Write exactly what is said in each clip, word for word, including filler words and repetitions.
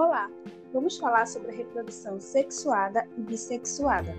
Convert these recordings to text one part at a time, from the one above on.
Olá, vamos falar sobre a reprodução sexuada e bissexuada.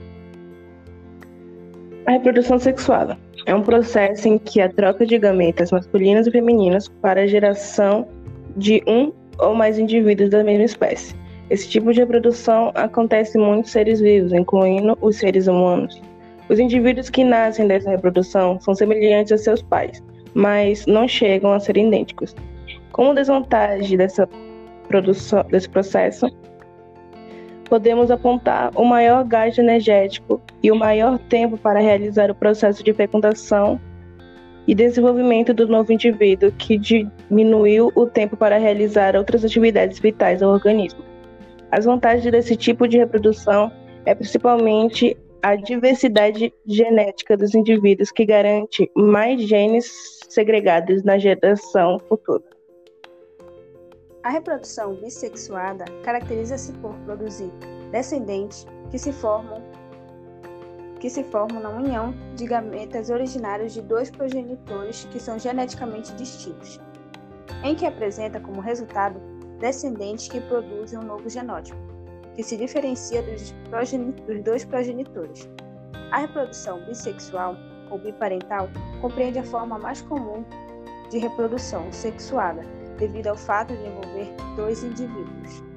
A reprodução sexuada é um processo em que a troca de gametas masculinos e femininos para a geração de um ou mais indivíduos da mesma espécie. Esse tipo de reprodução acontece em muitos seres vivos, incluindo os seres humanos. Os indivíduos que nascem dessa reprodução são semelhantes a seus pais, mas não chegam a ser idênticos. Como desvantagem dessa produção, desse processo, podemos apontar o maior gasto energético e o maior tempo para realizar o processo de fecundação e desenvolvimento do novo indivíduo, que diminuiu o tempo para realizar outras atividades vitais ao organismo. As vantagens desse tipo de reprodução é principalmente a diversidade genética dos indivíduos, que garante mais genes segregados na geração futura. A reprodução bissexuada caracteriza-se por produzir descendentes que se formam que se formam na união de gametas originários de dois progenitores que são geneticamente distintos, em que apresenta como resultado descendentes que produzem um novo genótipo, que se diferencia dos, progeni- dos dois progenitores. A reprodução bissexual ou biparental compreende a forma mais comum de reprodução sexuada, devido ao fato de envolver dois indivíduos.